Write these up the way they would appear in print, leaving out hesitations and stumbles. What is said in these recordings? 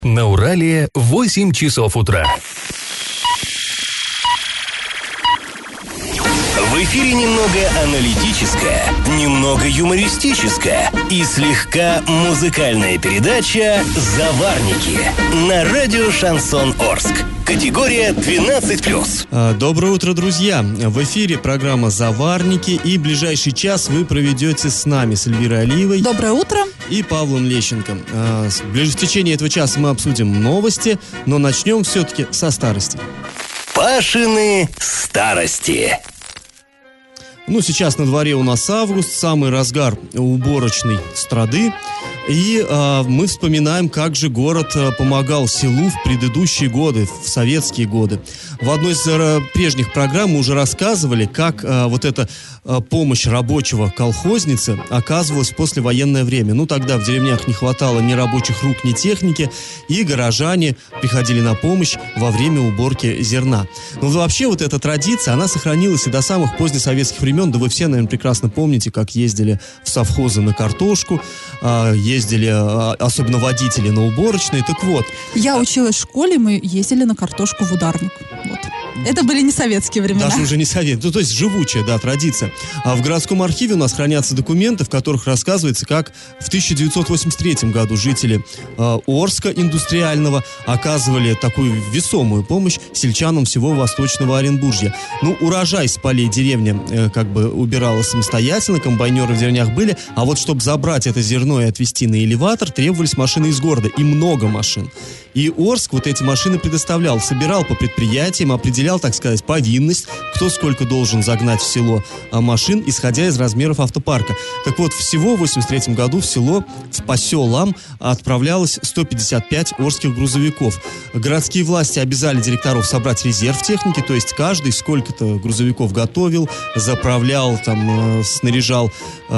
На Урале 8 часов утра. В эфире немного аналитическая, немного юмористическая и слегка музыкальная передача «Заварники» на радио «Шансон Орск». Категория 12+. Доброе утро, друзья! В эфире программа «Заварники», и ближайший час вы проведете с нами, с Эльвирой Алиевой. Доброе утро! И Павлом Лещенко. В течение этого часа мы обсудим новости, но начнем все-таки со старости. Пашины старости. Сейчас на дворе у нас август, самый разгар уборочной страды. И мы вспоминаем, как же город помогал селу в предыдущие годы, в советские годы. В одной из прежних программ мы уже рассказывали, как вот эта помощь рабочего колхозницы оказывалась в послевоенное время. Тогда в деревнях не хватало ни рабочих рук, ни техники, и горожане приходили на помощь во время уборки зерна. Но вообще вот эта традиция, она сохранилась и до самых позднесоветских времен. Да вы все, наверное, прекрасно помните, как ездили в совхозы на картошку, ездили, особенно водители, на уборочные. Так вот. Я училась в школе, мы ездили на картошку в ударник. Вот. Это были не советские времена. Даже уже не советские. То есть живучая, традиция. А в городском архиве у нас хранятся документы, в которых рассказывается, как в 1983 году жители Орска индустриального оказывали такую весомую помощь сельчанам всего Восточного Оренбуржья. Урожай с полей деревня убирала самостоятельно, комбайнеры в деревнях были, а вот чтобы забрать это зерно и отвезти на элеватор, требовались машины из города, и много машин. И Орск вот эти машины предоставлял, собирал по предприятиям, определял, так сказать, повинность, кто сколько должен загнать в село машин, исходя из размеров автопарка. Так вот, всего в 1983 году в село, по селам отправлялось 155 орских грузовиков. Городские власти обязали директоров собрать резерв техники, то есть каждый сколько-то грузовиков готовил, заправлял, снаряжал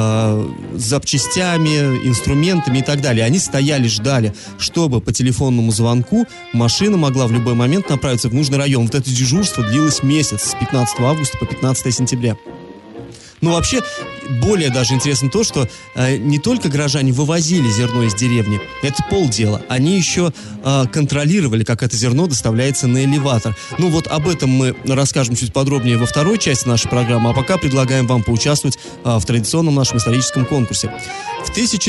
запчастями, инструментами и так далее. Они стояли, ждали, чтобы по телефонному звонку машина могла в любой момент направиться в нужный район. Вот это дежурство длилось месяц, с 15 августа по 15 сентября. Вообще, более даже интересно то, что не только горожане вывозили зерно из деревни, это полдела, они еще контролировали, как это зерно доставляется на элеватор. Об этом мы расскажем чуть подробнее во второй части нашей программы, а пока предлагаем вам поучаствовать в традиционном нашем историческом конкурсе. В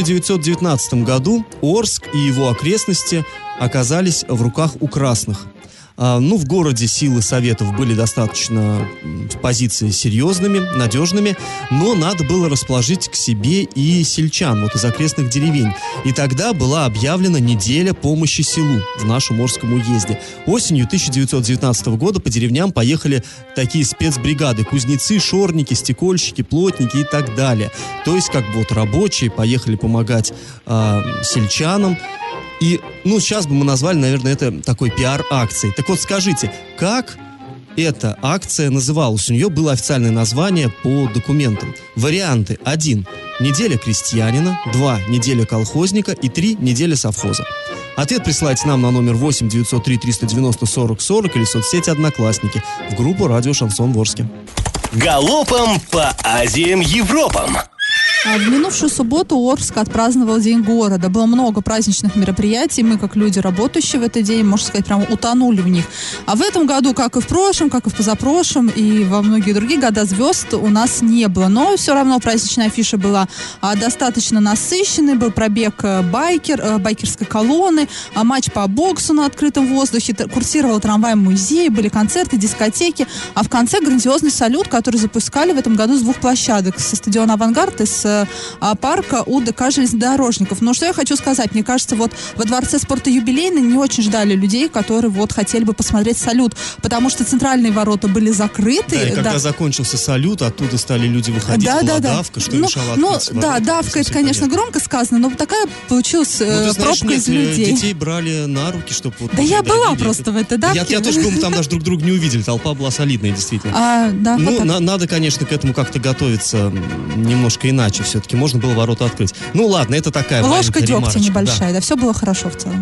1919 году Орск и его окрестности оказались в руках у красных. В городе силы советов были достаточно позиции серьезными, надежными, но надо было расположить к себе и сельчан из окрестных деревень. И тогда была объявлена неделя помощи селу в нашем Орском уезде. Осенью 1919 года по деревням поехали такие спецбригады: кузнецы, шорники, стекольщики, плотники и так далее. То есть рабочие поехали помогать сельчанам. И, сейчас бы мы назвали, наверное, это такой пиар-акцией. Так вот, скажите, как эта акция называлась? У нее было официальное название по документам. Варианты: 1. Неделя крестьянина, 2. Неделя колхозника и 3. Неделя совхоза. Ответ присылайте нам на номер 8 903 390 40 40 или в соцсети «Одноклассники» в группу «Радио Шансон в Орске». Галопом по Азиям, Европам. В минувшую субботу Орск отпраздновал День города. Было много праздничных мероприятий. Мы, как люди, работающие в этот день, можно сказать, прямо утонули в них. А в этом году, как и в прошлом, как и в позапрошлом, и во многие другие года, звезд у нас не было. Но все равно праздничная афиша была достаточно насыщенной. Был пробег байкерской колонны, матч по боксу на открытом воздухе, курсировал трамвай-музей, были концерты, дискотеки. А в конце грандиозный салют, который запускали в этом году с двух площадок: со стадиона «Авангард» и с парка УДК железнодорожников. Но что я хочу сказать, мне кажется, во Дворце спорта юбилейный не очень ждали людей, которые хотели бы посмотреть салют, потому что центральные ворота были закрыты. Да, и когда закончился салют, оттуда стали люди выходить, была давка, что мешало открыть ворота. Давка, это, конечно, громко сказано, но такая получилась пробка из людей. Детей брали на руки, чтобы... я была просто в этой давке. Я тоже думаю, там даже друг друга не увидели, толпа была солидная, действительно. Надо, конечно, к этому как-то готовиться немножко иначе все-таки. Можно было ворота открыть. Ладно, это такая ложка дегтя ремарочка, небольшая, да, все было хорошо в целом.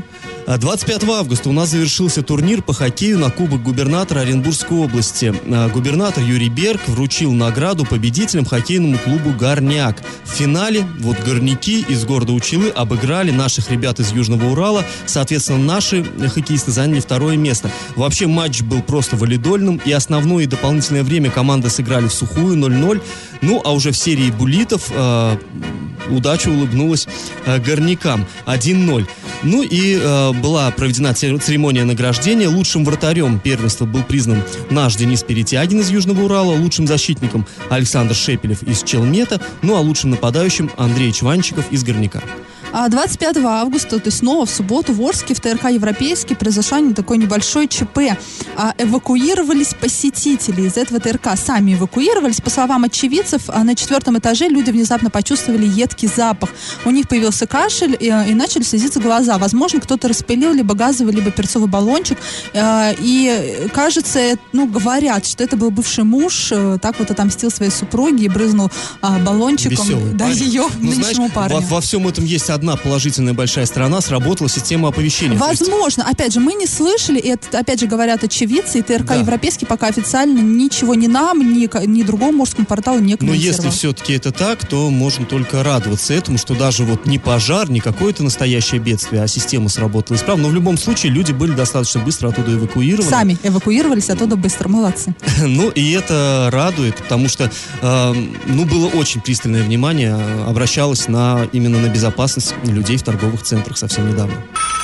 25 августа у нас завершился турнир по хоккею на Кубок губернатора Оренбургской области. Губернатор Юрий Берг вручил награду победителям хоккейному клубу «Горняк». В финале горняки из города Училы обыграли наших ребят из Южного Урала. Соответственно, наши хоккеисты заняли 2 место. Вообще матч был просто валидольным, и основное и дополнительное время команды сыграли в сухую 0-0. Ну, а уже в серии буллитов удача улыбнулась горнякам 1-0. Ну и была проведена церемония награждения. Лучшим вратарем первенства был признан наш Денис Перетягин из Южного Урала, лучшим защитником Александр Шепелев из Челмета, ну а лучшим нападающим Андрей Чванчиков из Горняка. 25 августа, то есть снова в субботу, в Орске, в ТРК «Европейский» произошло такой небольшой ЧП. Эвакуировались посетители из этого ТРК. Сами эвакуировались. По словам очевидцев, на 4 этаже люди внезапно почувствовали едкий запах. У них появился кашель и начали слезиться глаза. Возможно, кто-то распылил либо газовый, либо перцовый баллончик. И, кажется, говорят, что это был бывший муж, так вот отомстил своей супруге и брызнул баллончиком ее нынешнему парню. Во всем этом есть одна положительная большая сторона: сработала система оповещения. Возможно. Опять же, мы не слышали, и это, опять же, говорят очевидцы, и ТРК «Европейский» пока официально ничего ни нам, ни другому морскому порталу не комментировал. Но если все-таки это так, то можно только радоваться этому, что даже вот не пожар, не какое-то настоящее бедствие, а система сработала исправно. Но в любом случае люди были достаточно быстро оттуда эвакуированы. Сами эвакуировались оттуда быстро. Молодцы. Ну, и это радует, потому что, было очень пристальное внимание, обращалось именно на безопасность людей в торговых центрах совсем недавно.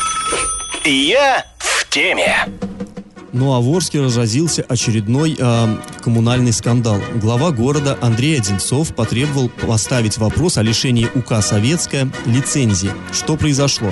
Я в теме. Ну а в Орске разразился очередной коммунальный скандал. Глава города Андрей Одинцов потребовал поставить вопрос о лишении УК «Советская» лицензии. Что произошло?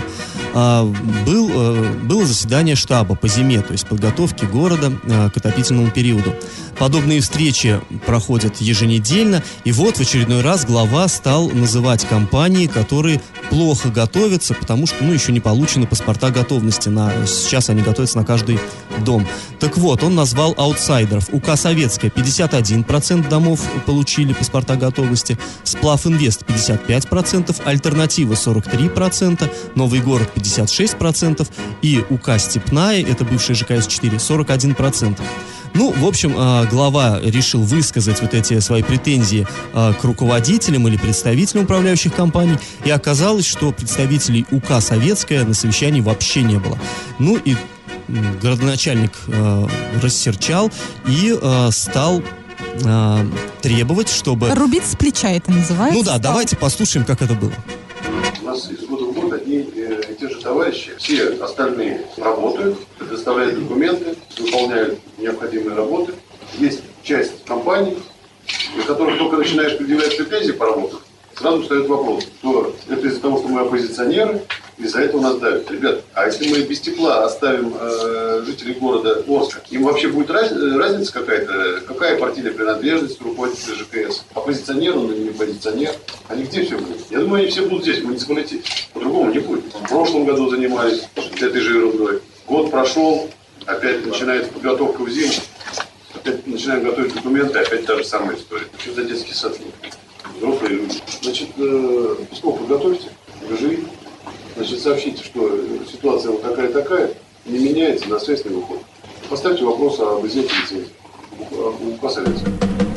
Было заседание штаба по зиме, то есть подготовки города к отопительному периоду. Подобные встречи проходят еженедельно, и вот в очередной раз глава стал называть компании, которые плохо готовятся, потому что еще не получены паспорта готовности. Сейчас они готовятся на каждый дом. Так вот, он назвал аутсайдеров. УК «Советская» 51% домов получили паспорта готовности, Сплавинвест 55%, Альтернатива 43%, Новый город 56% и УК «Степная», это бывшая ЖКС-4, 41%. Ну, в общем, глава решил высказать вот эти свои претензии к руководителям или представителям управляющих компаний, и оказалось, что представителей УК «Советская» на совещании вообще не было. Ну и городоначальник рассерчал и стал требовать, чтобы... Рубить с плеча это называется. Ну да, давайте послушаем, как это было. У нас из года в год одни и те же товарищи, все остальные работают, предоставляют документы, выполняют необходимые работы. Есть часть компаний, на которых только начинаешь предъявлять претензии по работе, сразу встает вопрос, что это из-за того, что мы оппозиционеры, из-за этого нас давят. Ребят, а если мы без тепла оставим жителей города Орска, им вообще будет разница какая-то? Какая партийная принадлежность руководителя ЖКС? Оппозиционер он или не оппозиционер? Они где все будут? Я думаю, они все будут здесь, в муниципалитете. По-другому не будет. В прошлом году занимались этой же ерундой. Год прошел, опять начинается подготовка в зиму, опять начинаем готовить документы, опять та же самая история. Что за детский сад? Взрослые люди. Значит, песков подготовьте, выживите. Значит, сообщите, что ситуация вот такая-такая, не меняется, на связь не выходит. Поставьте вопрос об изъятии лицензии у Советского.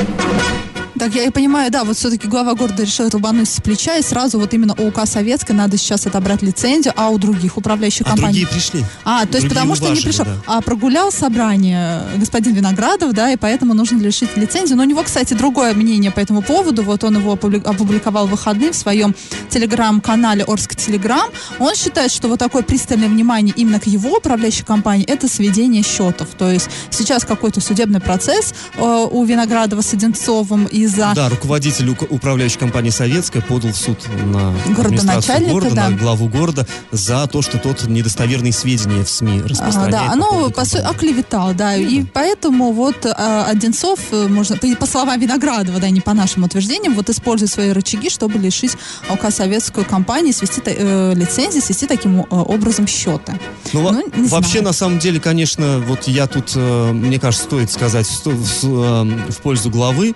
Так, я и понимаю, да, вот все-таки глава города решил рубануть с плеча, и сразу вот именно у УК «Советская» надо сейчас отобрать лицензию, а у других управляющих компаний... другие пришли. То есть потому что не пришел. Да. Прогулял собрание господин Виноградов, да, и поэтому нужно лишить лицензии. Но у него, кстати, другое мнение по этому поводу. Вот он его опубликовал в выходные в своем телеграм-канале Орск Телеграм. Он считает, что вот такое пристальное внимание именно к его управляющей компании — это сведение счетов. То есть сейчас какой-то судебный процесс у Виноградова с Одинцовым Да, руководитель управляющей компании «Советская» подал в суд на администрацию города, на главу города за то, что тот недостоверные сведения в СМИ распространяет. По сути, оклеветал, да. И поэтому вот Одинцов, по словам Виноградова, да, не по нашим утверждениям, вот использует свои рычаги, чтобы лишить УК «Советскую» компанию, лицензии, свести таким образом счеты. Вообще, на самом деле, конечно, вот я тут, мне кажется, стоит сказать в пользу главы.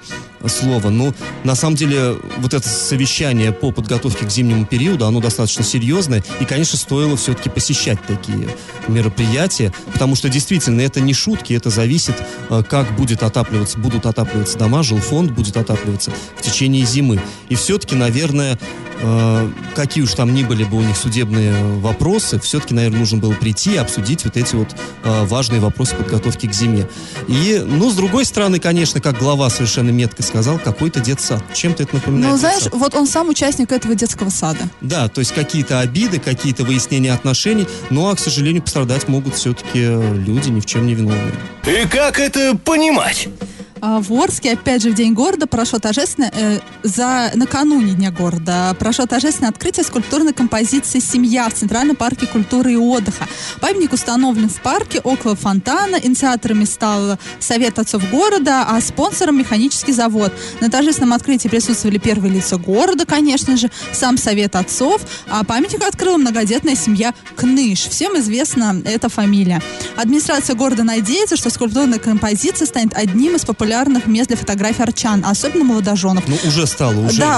слово. Но на самом деле вот это совещание по подготовке к зимнему периоду, оно достаточно серьезное. И, конечно, стоило все-таки посещать такие мероприятия, потому что действительно это не шутки, это зависит, как будут отапливаться дома, жилфонд будет отапливаться в течение зимы. И все-таки, наверное, какие уж там ни были бы у них судебные вопросы, все-таки, наверное, нужно было прийти и обсудить вот эти вот важные вопросы подготовки к зиме. И, с другой стороны, конечно, как глава совершенно метко сказал, какой-то детсад. Чем-то это напоминает знаешь, детсад. вот он сам участник этого детского сада. Да, то есть какие-то обиды, какие-то выяснения отношений, к сожалению, пострадать могут все-таки люди ни в чем не виновные. И как это понимать? В Орске, опять же, в День города прошло торжественно, накануне Дня города, прошло торжественное открытие скульптурной композиции «Семья» в Центральном парке культуры и отдыха. Памятник установлен в парке около фонтана. Инициаторами стал Совет отцов города, а спонсором механический завод. На торжественном открытии присутствовали первые лица города, конечно же, сам Совет отцов, а памятник открыла многодетная семья Кныш. Всем известна эта фамилия. Администрация города надеется, что скульптурная композиция станет одним из популярных мест для фотографий арчан, особенно молодоженов. Уже стало.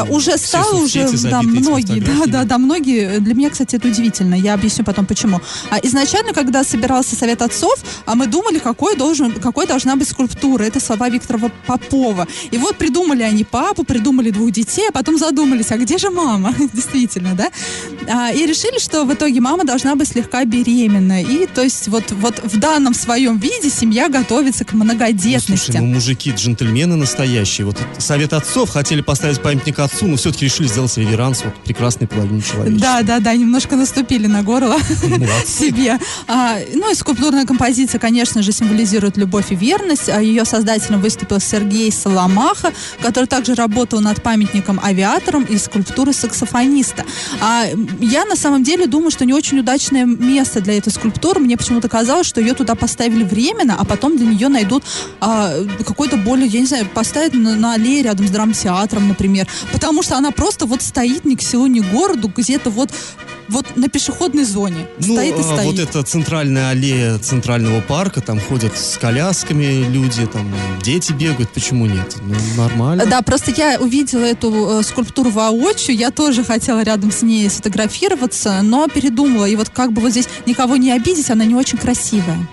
Многие. Для меня, кстати, это удивительно. Я объясню потом, почему. Изначально, когда собирался Совет отцов, мы думали, какой должна быть скульптура. Это слова Виктора Попова. И вот придумали они папу, придумали 2 детей, а потом задумались, а где же мама? Действительно, да? И решили, что в итоге мама должна быть слегка беременна. И, то есть, вот в данном своем виде семья готовится к многодетности. Слушай, мужики, джентльмены настоящие. Вот Совет отцов хотели поставить памятник отцу, но все-таки решили сделать реверанс прекрасной половине человечества. Да, немножко наступили на горло себе. И скульптурная композиция, конечно же, символизирует любовь и верность. Ее создателем выступил Сергей Соломаха, который также работал над памятником авиатором и скульптурой саксофониста. Я на самом деле думаю, что не очень удачное место для этой скульптуры. Мне почему-то казалось, что ее туда поставили временно, а потом для нее найдут какой-то более, я не знаю, поставить на аллее рядом с драмтеатром, например. Потому что она просто стоит ни к селу, ни к городу, где-то вот на пешеходной зоне. Стоит и стоит. Вот эта центральная аллея центрального парка, там ходят с колясками люди, там дети бегают, почему нет? Нормально. Да, просто я увидела эту скульптуру воочию, я тоже хотела рядом с ней сфотографироваться, но передумала. И здесь никого не обидеть, она не очень красивая.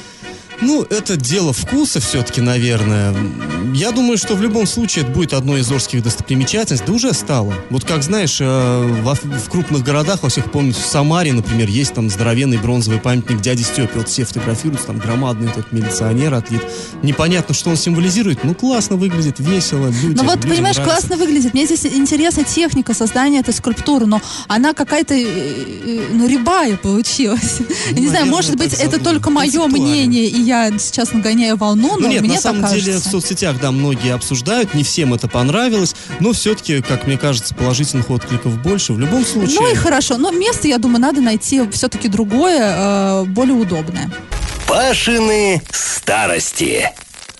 Это дело вкуса все-таки, наверное. Я думаю, что в любом случае это будет одной из орских достопримечательностей. Да уже стало. Вот как знаешь, в крупных городах, во всех помню, в Самаре, например, есть там здоровенный бронзовый памятник дяде Степе. Вот все фотографируются, там громадный этот милиционер отлит. Непонятно, что он символизирует. Классно выглядит, весело, людям понимаешь, нравится. Классно выглядит. Мне здесь интересна техника создания этой скульптуры, но она какая-то рябая получилась. Я не знаю, может быть, это только мое мнение, и я сейчас нагоняю волну, но нет, мне на самом так деле кажется. в соцсетях, многие обсуждают, не всем это понравилось, но все-таки, как мне кажется, положительных откликов больше. В любом случае... И хорошо, но место, я думаю, надо найти все-таки другое, более удобное. Пашины старости.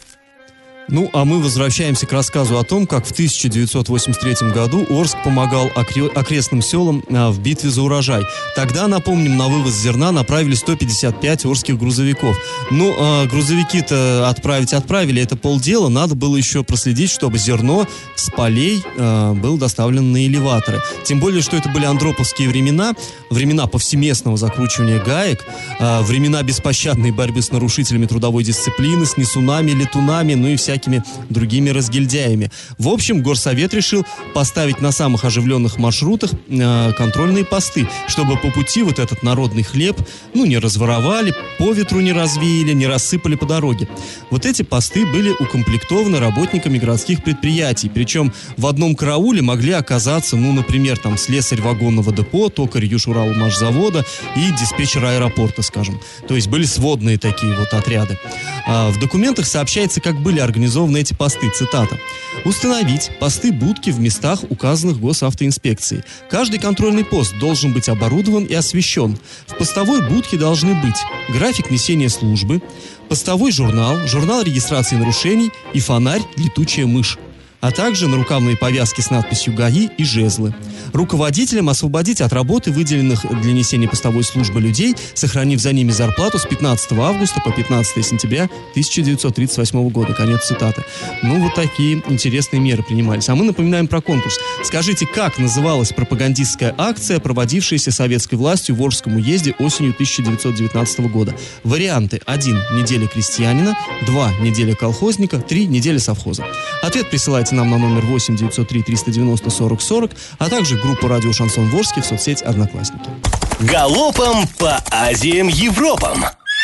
А мы возвращаемся к рассказу о том, как в 1983 году Орск помогал окрестным селам в битве за урожай. Тогда, напомним, на вывоз зерна направили 155 орских грузовиков. Грузовики-то отправили, это полдела. Надо было еще проследить, чтобы зерно с полей было доставлено на элеваторы. Тем более, что это были андроповские времена повсеместного закручивания гаек, времена беспощадной борьбы с нарушителями трудовой дисциплины, с несунами, летунами, и всякими другими разгильдяями. В общем, горсовет решил поставить на самых оживленных маршрутах контрольные посты, чтобы по пути этот народный хлеб, не разворовали, по ветру не развеяли, не рассыпали по дороге. Вот эти посты были укомплектованы работниками городских предприятий, причем в одном карауле могли оказаться, например, слесарь вагонного депо, токарь Южуралмашзавода и диспетчер аэропорта, скажем. То есть были сводные такие отряды. В документах сообщается, как были организованы эти посты, цитата: «Установить посты-будки в местах, указанных госавтоинспекцией. Каждый контрольный пост должен быть оборудован и освещен. В постовой будке должны быть график несения службы, постовой журнал, журнал регистрации нарушений и фонарь «Летучая мышь». а также нарукавные повязки с надписью «ГАИ» и жезлы. Руководителям освободить от работы выделенных для несения постовой службы людей, сохранив за ними зарплату с 15 августа по 15 сентября 1938 года. Конец цитаты. Ну, вот такие интересные меры принимались. А мы напоминаем про конкурс. Скажите, как называлась пропагандистская акция, проводившаяся советской властью в Волжском уезде осенью 1919 года? Варианты: 1. Неделя крестьянина, 2. Неделя колхозника, 3. Неделя совхоза. Ответ присылайте нам на номер 8 903 390 40 40, а также группу «Радио Шансон Волжский» в соцсети «Одноклассники». Галопом по Азиям Европам.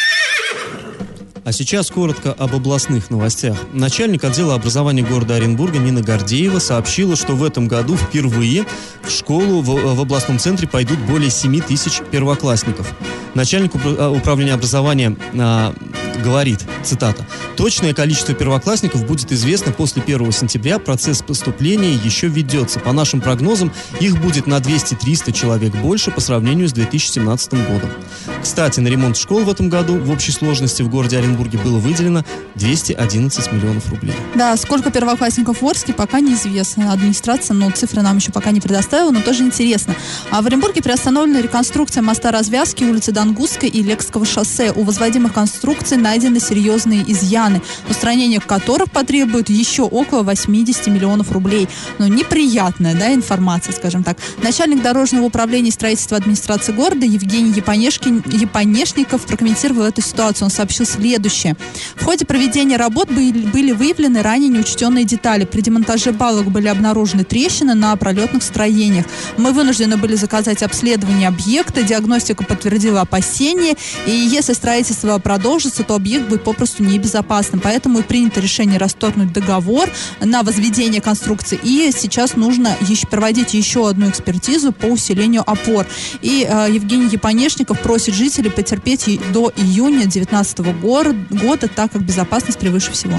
А сейчас коротко об областных новостях. Начальник отдела образования города Оренбурга Нина Гордеева сообщила, что в этом году впервые в школу в областном центре пойдут более 7 тысяч первоклассников. Начальник управления образования говорит, цитата: «Точное количество первоклассников будет известно после 1 сентября. Процесс поступления еще ведется. По нашим прогнозам, их будет на 200-300 человек больше по сравнению с 2017 годом». Кстати, на ремонт школ в этом году в общей сложности в городе Оренбурге было выделено 211 миллионов рублей. Да, сколько первоклассников в Орске, пока неизвестно. Администрация, цифры нам еще пока не предоставила, но тоже интересно. А в Оренбурге приостановлена реконструкция моста развязки улицы Дангусской и Лекского шоссе. У возводимых конструкций найдены серьезные изъяны, устранение которых потребует еще около 80 миллионов рублей. Неприятная, информация, скажем так. Начальник дорожного управления и строительства администрации города Евгений Японешников прокомментировал эту ситуацию. Он сообщил следующее. В ходе проведения работ были выявлены ранее неучтенные детали. При демонтаже балок были обнаружены трещины на пролетных строениях. Мы вынуждены были заказать обследование объекта. Диагностика подтвердила опасения. И если строительство продолжится, то объект будет попросту небезопасным. Поэтому и принято решение расторгнуть договор на возведение конструкции. И сейчас нужно проводить еще одну экспертизу по усилению опор. И Евгений Японешников просит жителей потерпеть до июня 2019 года, так как безопасность превыше всего.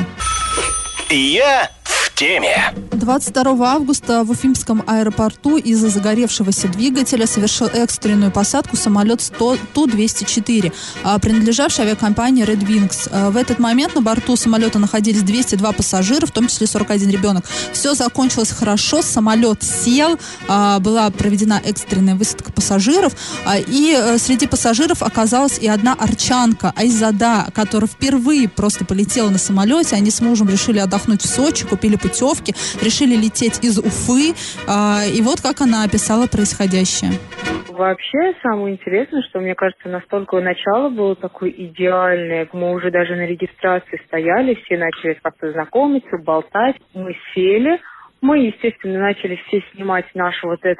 Я в теме. 22 августа в Уфимском аэропорту из-за загоревшегося двигателя совершил экстренную посадку самолет Ту-204, принадлежавший авиакомпании Red Wings. В этот момент на борту самолета находились 202 пассажира, в том числе 41 ребенок. Все закончилось хорошо, самолет сел, была проведена экстренная высадка пассажиров, и среди пассажиров оказалась и одна арчанка, Айзада, которая впервые просто полетела на самолете. Они с мужем решили отдохнуть в Сочи, купили путевки, решили лететь из Уфы, и вот как она описала происходящее. Вообще, самое интересное, что, мне кажется, настолько начало было такое идеальное. Мы уже даже на регистрации стояли, все начали как-то знакомиться, болтать. Мы сели, мы, естественно, начали все снимать наш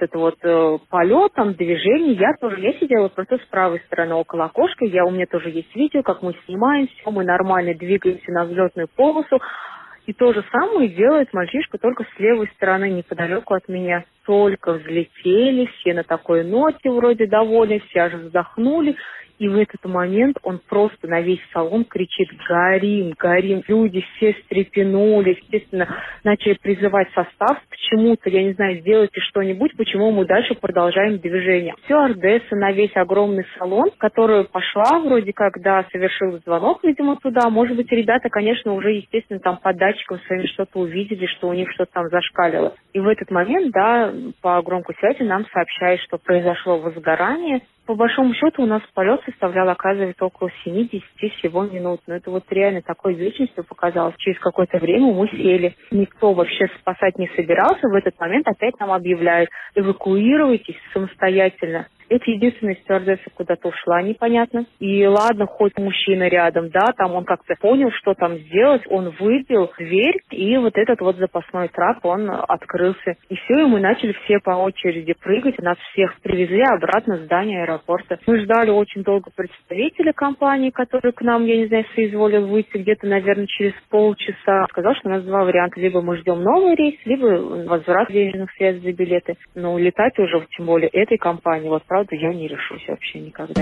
полет, движение. Я сидела просто с правой стороны около окошка. У меня тоже есть видео, как мы снимаем все, мы нормально двигаемся на взлетную полосу. И то же самое делает мальчишка, только с левой стороны, неподалеку от меня. Только взлетели, все на такой ноте вроде довольны, все аж вздохнули. И в этот момент он просто на весь салон кричит: «Горим, горим!» Люди все встрепенулись, естественно, начали призывать состав к чему-то, я не знаю, сделайте что-нибудь, почему мы дальше продолжаем движение. Стюардесса на весь огромный салон, которая пошла вроде как, совершил звонок, видимо, туда. Может быть, ребята, конечно, уже, естественно, там по датчикам своим что-то увидели, что у них что-то там зашкалило. И в этот момент, по громкой связи нам сообщают, что произошло возгорание. По большому счету у нас полет составлял, оказывается, около 7-10 всего минут. Но это реально такой вечностью показалось. Через какое-то время мы сели. Никто вообще спасать не собирался. В этот момент опять нам объявляют: эвакуируйтесь самостоятельно. Это единственная стюардесса куда-то ушла, непонятно. И ладно, хоть мужчина рядом, там он как-то понял, что там сделать. Он выбил дверь, и этот запасной трап, он открылся. И все, и мы начали все по очереди прыгать. Нас всех привезли обратно в здание аэропорта. Мы ждали очень долго представителя компании, который к нам, я не знаю, соизволил выйти где-то, наверное, через полчаса. Сказал, что у нас два варианта. Либо мы ждем новый рейс, либо возврат денежных средств за билеты. Но летать уже, тем более, этой компании, правда, я не решусь вообще никогда.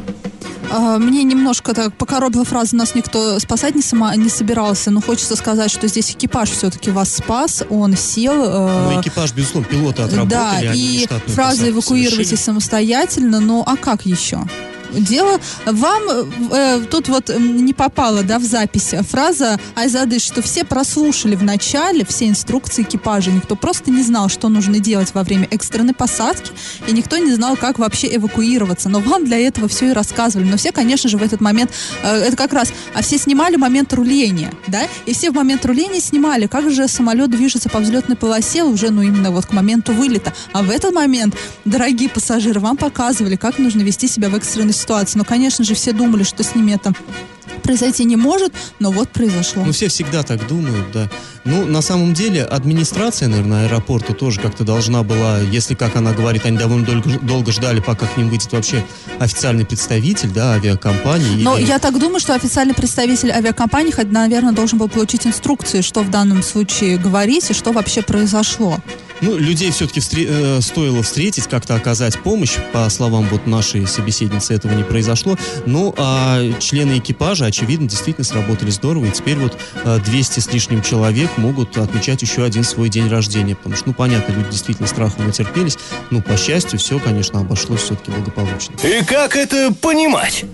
Мне немножко так покоробила фраза: нас никто спасать не собирался, но хочется сказать, что здесь экипаж все-таки вас спас, он сел. Экипаж, безусловно, пилоты отработали. Да, и фраза «эвакуируйтесь самостоятельно», а как еще? дело. Вам тут вот не попала, да, в запись фраза Айзады, что все прослушали в начале все инструкции экипажа. Никто просто не знал, что нужно делать во время экстренной посадки, и никто не знал, как вообще эвакуироваться. Но вам для этого все и рассказывали. Но все, конечно же, в этот момент, это как раз, все снимали момент руления, да, и все в момент руления снимали, как же самолет движется по взлетной полосе уже, именно вот к моменту вылета. А в этот момент, дорогие пассажиры, вам показывали, как нужно вести себя в экстренной ситуации. Но, конечно же, все думали, что с ними это произойти не может, но вот произошло. Все всегда так думают, да. На самом деле, администрация, наверное, аэропорта тоже как-то должна была, если, как она говорит, они довольно долго ждали, пока к ним выйдет вообще официальный представитель, да, авиакомпании. Но я так думаю, что официальный представитель авиакомпании, наверное, должен был получить инструкции, что в данном случае говорить и что вообще произошло. Людей все-таки стоило встретить, как-то оказать помощь. По словам вот нашей собеседницы, этого не произошло. А члены экипажа, очевидно, действительно сработали здорово. И теперь вот 200 с лишним человек могут отмечать еще один свой день рождения. Потому что, понятно, люди действительно страху натерпелись. По счастью, все, конечно, обошлось все-таки благополучно. И как это понимать?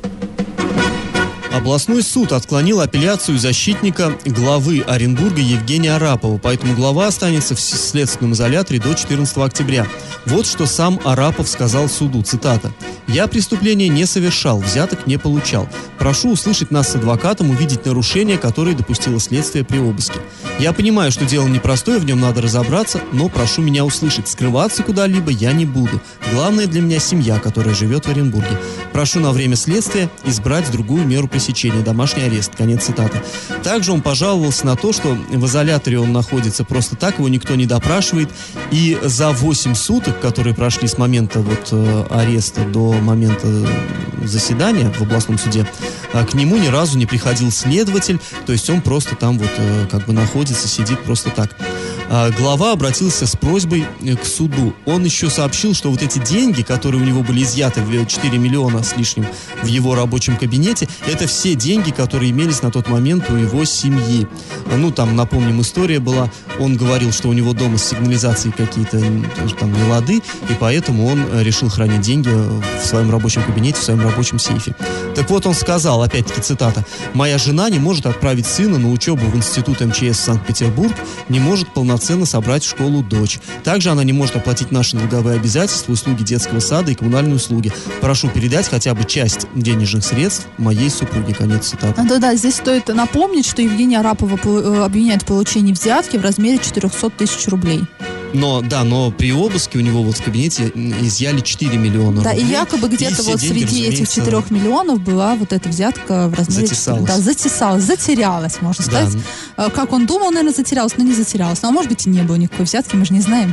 Областной суд отклонил апелляцию защитника главы Оренбурга Евгения Арапова, поэтому глава останется в следственном изоляторе до 14 октября. Вот что сам Арапов сказал суду, цитата: «Я преступления не совершал, взяток не получал. Прошу услышать нас с адвокатом, увидеть нарушения, которые допустило следствие при обыске. Я понимаю, что дело непростое, в нем надо разобраться, но прошу меня услышать. Скрываться куда-либо я не буду. Главное для меня семья, которая живет в Оренбурге. Прошу на время следствия избрать другую меру пресечения, домашний арест». Конец цитаты. Также он пожаловался на то, что в изоляторе он находится просто так, его никто не допрашивает, и за 8 суток, которые прошли с момента ареста до момента заседания в областном суде, к нему ни разу не приходил следователь, то есть он просто там находится, сидит просто так. Глава обратился с просьбой к суду. Он еще сообщил, что вот эти деньги, которые у него были изъяты, 4 миллиона с лишним в его рабочем кабинете, это все деньги, которые имелись на тот момент у его семьи. Напомним, история была, он говорил, что у него дома с сигнализацией какие-то там нелады, и поэтому он решил хранить деньги в своем рабочем кабинете, в своем рабочем сейфе. Так вот, он сказал, опять-таки цитата: «Моя жена не может отправить сына на учебу в институт МЧС в Санкт-Петербург, не может полноценно собрать в школу дочь. Также она не может оплатить наши долговые обязательства, услуги детского сада и коммунальные услуги. Прошу передать хотя бы часть денежных средств моей супруге». Конец цитаты. Да, здесь стоит напомнить, что Евгения Арапова обвиняет в получении взятки в размере 400 тысяч рублей. Но при обыске у него в кабинете изъяли 4 миллиона рублей. Да, и якобы где-то среди этих 4 миллионов была вот эта взятка в размере... Затерялась, можно сказать. Да. Как он думал, наверное, затерялась, но не затерялась. А может быть и не было никакой взятки, мы же не знаем.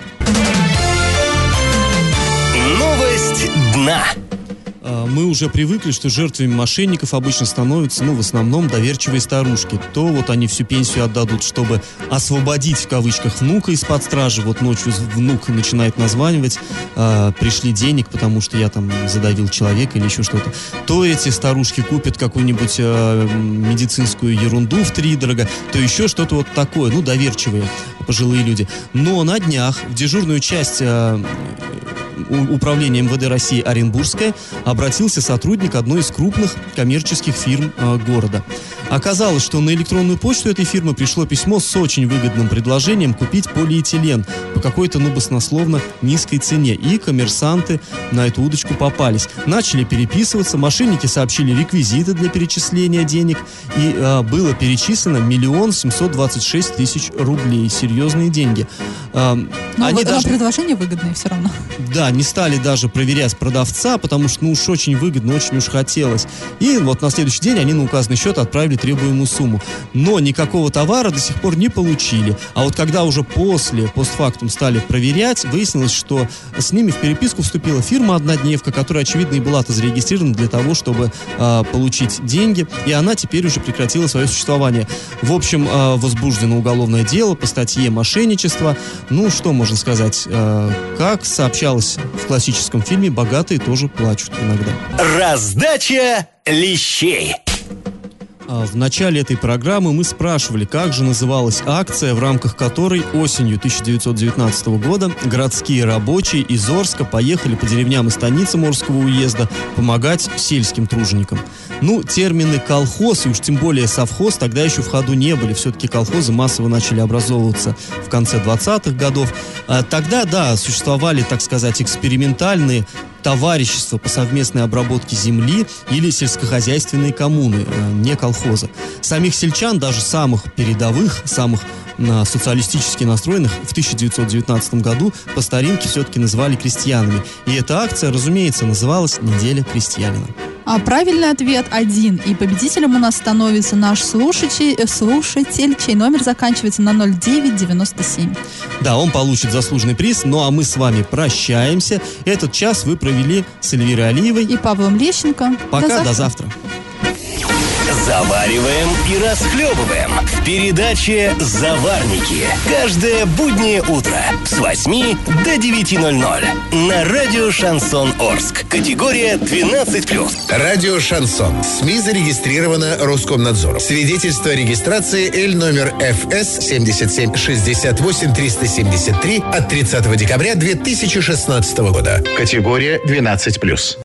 Новость дна. Мы уже привыкли, что жертвами мошенников обычно становятся, в основном доверчивые старушки. То они всю пенсию отдадут, чтобы освободить, в кавычках, внука из-под стражи. Ночью внук начинает названивать: пришли денег, потому что я там задавил человека или еще что-то. То эти старушки купят какую-нибудь медицинскую ерунду втридорога, то еще что-то такое, доверчивые пожилые люди. Но на днях в дежурную часть управления МВД России Оренбургская обратился сотрудник одной из крупных коммерческих фирм города. Оказалось, что на электронную почту этой фирмы пришло письмо с очень выгодным предложением купить полиэтилен по какой-то, баснословно низкой цене. И коммерсанты на эту удочку попались. Начали переписываться, мошенники сообщили реквизиты для перечисления денег, и было перечислено 1 726 000 рублей. Серьезные деньги. Предложение выгодное все равно. Да, не стали даже проверять продавца, потому что, уж очень выгодно, очень уж хотелось. И на следующий день они на указанный счет отправили требуемую сумму. Но никакого товара до сих пор не получили. А когда уже постфактум стали проверять, выяснилось, что с ними в переписку вступила фирма-однодневка, которая, очевидно, и была-то зарегистрирована для того, чтобы получить деньги. И она теперь уже прекратила свое существование. В общем, возбуждено уголовное дело по статье «Мошенничество». Что можно сказать? Как сообщалось в классическом фильме, богатые тоже плачут иногда. Раздача лещей. В начале этой программы мы спрашивали, как же называлась акция, в рамках которой осенью 1919 года городские рабочие из Орска поехали по деревням и станицам Орского уезда помогать сельским труженикам. Термины «колхоз» и уж тем более «совхоз» тогда еще в ходу не были. Все-таки колхозы массово начали образовываться в конце 20-х годов. Тогда, да, существовали, так сказать, экспериментальные товарищества по совместной обработке земли или сельскохозяйственные коммуны, не колхоза. Самих сельчан, даже самых передовых, самых социалистически настроенных, в 1919 году по старинке все-таки называли крестьянами. И эта акция, разумеется, называлась «Неделя крестьянина». А правильный ответ 1. И победителем у нас становится наш слушатель, чей номер заканчивается на 0997. Да, он получит заслуженный приз. А мы с вами прощаемся. Этот час вы провели с Эльвирой Алиевой и Павлом Лещенко. Пока, до завтра. Завариваем и расхлебываем в передаче «Заварники». Каждое буднее утро с 8 до 9:00 на радио «Шансон Орск». Категория 12+. Радио «Шансон». СМИ зарегистрировано Роскомнадзором. Свидетельство о регистрации Л номер ФС 7768373 от 30 декабря 2016 года. Категория 12+.